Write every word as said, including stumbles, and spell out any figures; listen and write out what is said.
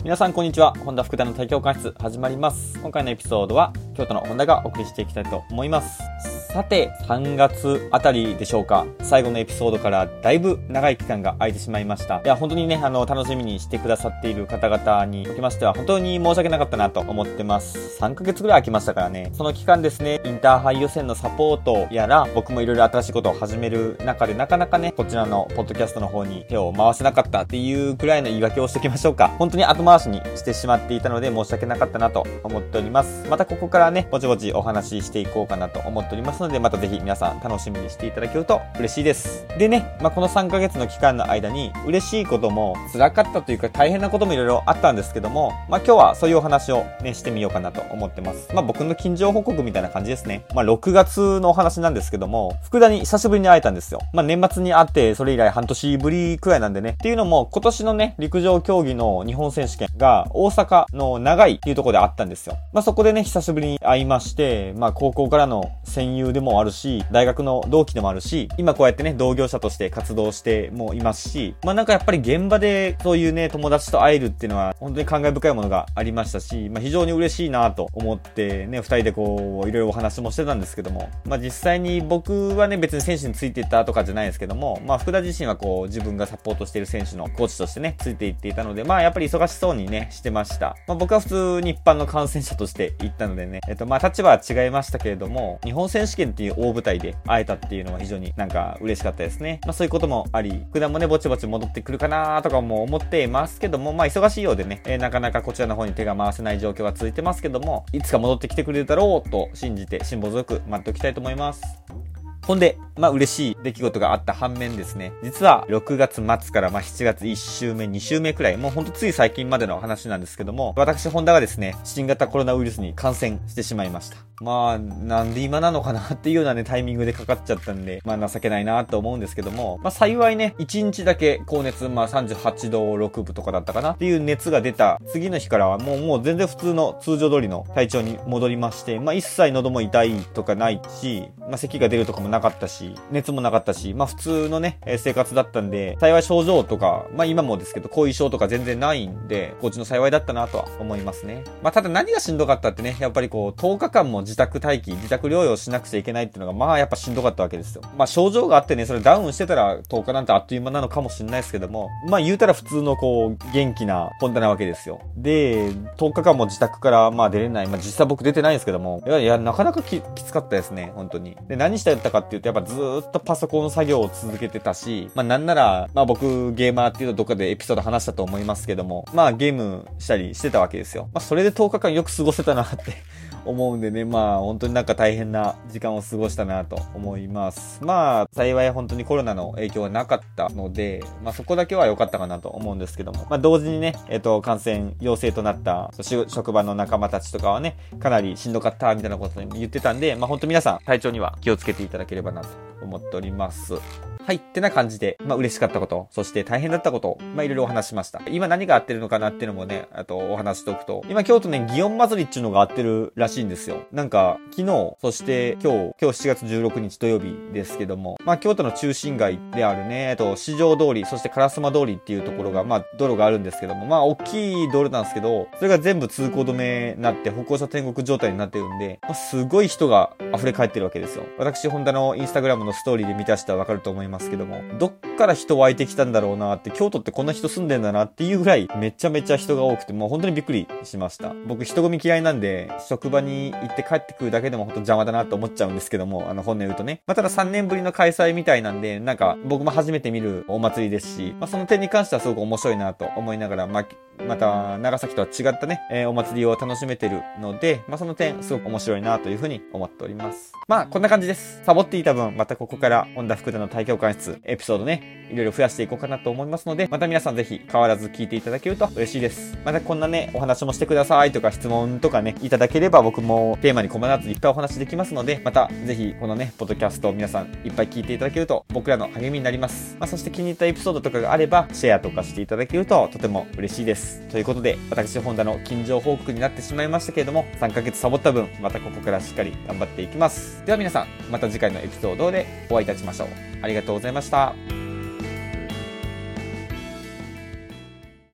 皆さんこんにちは。本田福田の体教官室始まります。今回のエピソードは京都の本田がお送りしていきたいと思います。さて、さんがつあたりでしょうか。最後のエピソードからだいぶ長い期間が空いてしまいました。いや、本当にね、あの、楽しみにしてくださっている方々におきましては本当に申し訳なかったなと思ってます。さんかげつぐらい空きましたからね。その期間ですね、インターハイ予選のサポートやら、僕もいろいろ新しいことを始める中でなかなかね、こちらのポッドキャストの方に手を回せなかったっていうくらいの言い訳をしておきましょうか。本当に後回しにしてしまっていたので申し訳なかったなと思っております。またここからね、ぼちぼちお話ししていこうかなと思っておりますので、またぜひ皆さん楽しみにしていただけると嬉しいです。でね、まあ、このさんかげつの期間の間に嬉しいことも辛かったというか大変なこともいろいろあったんですけども、まあ、今日はそういうお話をね、してみようかなと思ってます。まあ、僕の近況報告みたいな感じですね。まあ、ろくがつのお話なんですけども、福田に久しぶりに会えたんですよ。まあ、年末に会ってそれ以来半年ぶりくらいなんでね。っていうのも今年のね、陸上競技の日本選手権が大阪の長井っていうところであったんですよ。まあ、そこでね、久しぶりに会いまして、まあ、高校からの戦友でもあるし、大学の同期でもあるし、今こうやってね、同業者として活動してもいますし、まあ、なんかやっぱり現場でそういうね、友達と会えるっていうのは本当に感慨深いものがありましたし、まあ、非常に嬉しいなと思ってね、二人でこう、いろいろお話もしてたんですけども、まあ、実際に僕はね、別に選手についていったとかじゃないですけども、まあ、福田自身はこう、自分がサポートしている選手のコーチとしてね、ついていっていたので、まあ、やっぱり忙しそうにね、してました。まあ、僕は普通に一般の観戦者として行ったのでね、えっと、まあ、立場は違いましたけれども、日本選手権っていう大舞台で会えたっていうのは非常になんか嬉しかったですね。まあ、そういうこともあり、福田もね、ぼちぼち戻ってくるかなとかも思ってますけども、まあ、忙しいようでね、えー、なかなかこちらの方に手が回せない状況が続いてますけども、いつか戻ってきてくれるだろうと信じて辛抱強く待っておきたいと思います。ほんで、まあ嬉しい出来事があった反面ですね、実はろくがつまつからまあしちがついち週目、に週目くらい、もうほんとつい最近までの話なんですけども、私ホンダがですね、新型コロナウイルスに感染してしまいました。まあ、なんで今なのかなっていうようなね、タイミングでかかっちゃったんで、まあ情けないなと思うんですけども、まあ幸いね、いちにちだけ高熱、まあさんじゅうはちどろくぶとかだったかなっていう熱が出た次の日からはもうもう全然普通の通常通りの体調に戻りまして、まあ一切喉も痛いとかないし、まあ咳が出るとかもなかったし、熱もなかったし、まあ普通のね、生活だったんで、幸い症状とか、まあ今もですけど後遺症とか全然ないんで、こっちの幸いだったなとは思いますね。まあただ何がしんどかったってね、やっぱりこうとおかかんも自宅待機、自宅療養しなくちゃいけないっていうのがまあやっぱしんどかったわけですよ。まあ症状があってね、それダウンしてたらとおかなんてあっという間なのかもしれないですけども、まあ言うたら普通のこう元気な本田なわけですよ。で、とおかかんも自宅からまあ出れない、まあ実際僕出てないんですけども、いやいやなかなか き, きつかったですね、本当に。で、何してたかっていうとやっぱずーっとパソコンの作業を続けてたし、まあなんなら、まあ僕ゲーマーっていうとどっかでエピソード話したと思いますけども、まあゲームしたりしてたわけですよ。まあそれでとおかかんよく過ごせたなって思うんでね、まあ本当になんか大変な時間を過ごしたなと思います。まあ幸い本当にコロナの影響はなかったので、まあそこだけは良かったかなと思うんですけども、まあ同時にね、えっと感染陽性となった職場の仲間たちとかはね、かなりしんどかったみたいなことに言ってたんで、まあ本当皆さん体調には気をつけていただければなと思っております。はい、ってな感じで、まあ嬉しかったこと、そして大変だったことを、まあいろいろお話しました。今何が合ってるのかなっていうのもね、あとお話しておくと、今京都ね、祇園祭りっていうのが合ってるらしいんですよ。なんか、昨日、そして今日、今日しちがつじゅうろくにち土曜日ですけども、まあ京都の中心街であるね、えっと、四条通り、そして烏丸通りっていうところが、まあ道路があるんですけども、まあ大きい道路なんですけど、それが全部通行止めになって、歩行者天国状態になってるんで、まあ、すごい人が溢れ返ってるわけですよ。私、ホンダのインスタグラムのストーリーで見た人はわかると思いますけども、どっから人湧いてきたんだろうなって、京都ってこんな人住んでんだなっていうぐらいめちゃめちゃ人が多くて、もう本当にびっくりしました。僕人混み嫌いなんで、職場に行って帰ってくるだけでも本当邪魔だなと思っちゃうんですけども、あの本音言うとね。まあ、たださんねんぶりの開催みたいなんで、なんか僕も初めて見るお祭りですし、まあ、その点に関してはすごく面白いなと思いながら、まあまた長崎とは違ったね、えー、お祭りを楽しめてるので、まあその点すごく面白いなというふうに思っております。まあこんな感じです。サボっていた分、またここから本田福田の体教官室エピソードね、いろいろ増やしていこうかなと思いますので、また皆さんぜひ変わらず聞いていただけると嬉しいです。またこんなね、お話もしてくださいとか質問とかね、いただければ僕もテーマに困らずいっぱいお話できますので、またぜひこのね、ポッドキャストを皆さんいっぱい聞いていただけると僕らの励みになります。まあそして気に入ったエピソードとかがあれば、シェアとかしていただけるととても嬉しいです。ということで、私ホンダの近況報告になってしまいましたけれども、さんかげつサボった分、またここからしっかり頑張っていきます。では皆さん、また次回のエピソードでお会いいたしましょう。ありがとうございました。